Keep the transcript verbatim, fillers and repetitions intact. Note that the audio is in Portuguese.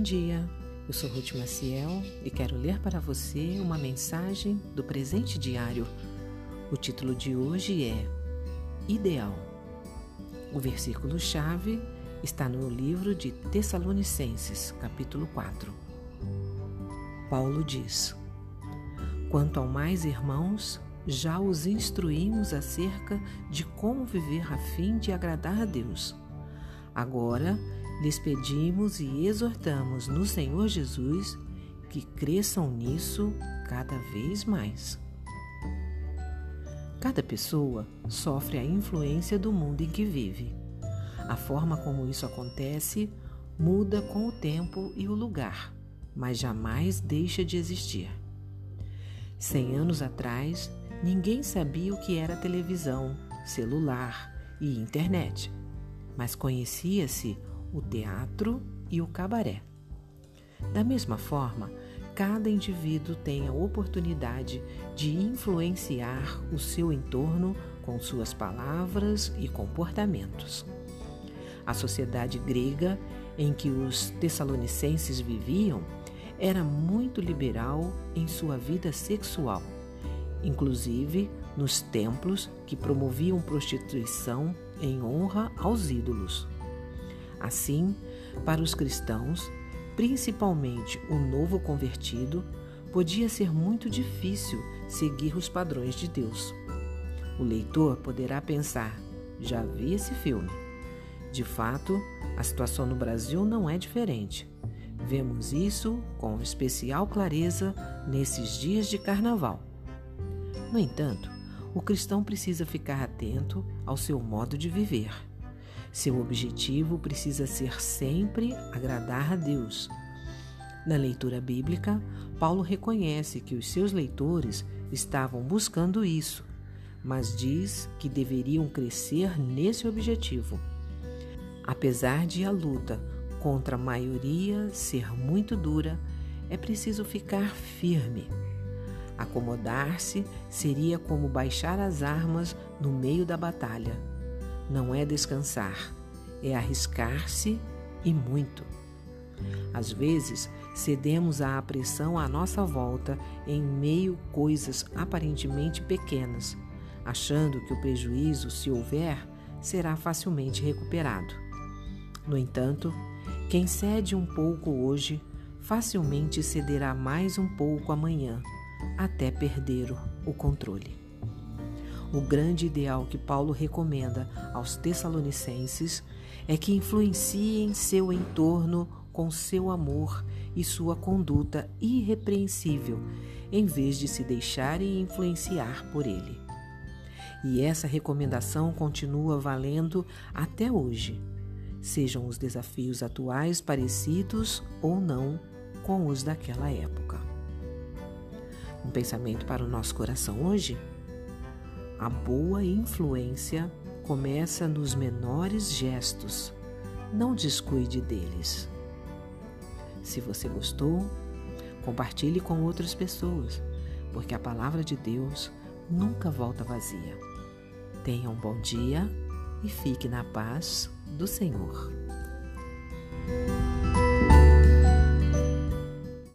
Bom dia, eu sou Ruth Maciel e quero ler para você uma mensagem do presente diário. O título de hoje é Ideal. O versículo-chave está no livro de Tessalonicenses, capítulo quatro. Paulo diz: Quanto ao mais, irmãos, já os instruímos acerca de como viver a fim de agradar a Deus. Agora, lhes pedimos e exortamos no Senhor Jesus que cresçam nisso cada vez mais. Cada pessoa sofre a influência do mundo em que vive. A forma como isso acontece muda com o tempo e o lugar, mas jamais deixa de existir. Cem anos atrás, ninguém sabia o que era televisão, celular e internet, mas conhecia-se o teatro e o cabaré. Da mesma forma, cada indivíduo tem a oportunidade de influenciar o seu entorno com suas palavras e comportamentos. A sociedade grega em que os tessalonicenses viviam era muito liberal em sua vida sexual, inclusive nos templos que promoviam prostituição em honra aos ídolos. Assim, para os cristãos, principalmente o novo convertido, podia ser muito difícil seguir os padrões de Deus. O leitor poderá pensar: já vi esse filme. De fato, a situação no Brasil não é diferente. Vemos isso com especial clareza nesses dias de carnaval. No entanto, o cristão precisa ficar atento ao seu modo de viver. Seu objetivo precisa ser sempre agradar a Deus. Na leitura bíblica, Paulo reconhece que os seus leitores estavam buscando isso, mas diz que deveriam crescer nesse objetivo. Apesar de a luta contra a maioria ser muito dura, é preciso ficar firme. Acomodar-se seria como baixar as armas no meio da batalha. Não é descansar, é arriscar-se e muito. Às vezes, cedemos à pressão à nossa volta em meio a coisas aparentemente pequenas, achando que o prejuízo, se houver, será facilmente recuperado. No entanto, quem cede um pouco hoje, facilmente cederá mais um pouco amanhã, até perder o controle. O grande ideal que Paulo recomenda aos tessalonicenses é que influenciem seu entorno com seu amor e sua conduta irrepreensível, em vez de se deixarem influenciar por ele. E essa recomendação continua valendo até hoje, sejam os desafios atuais parecidos ou não com os daquela época. Um pensamento para o nosso coração hoje? A boa influência começa nos menores gestos. Não descuide deles. Se você gostou, compartilhe com outras pessoas, porque a palavra de Deus nunca volta vazia. Tenha um bom dia e fique na paz do Senhor.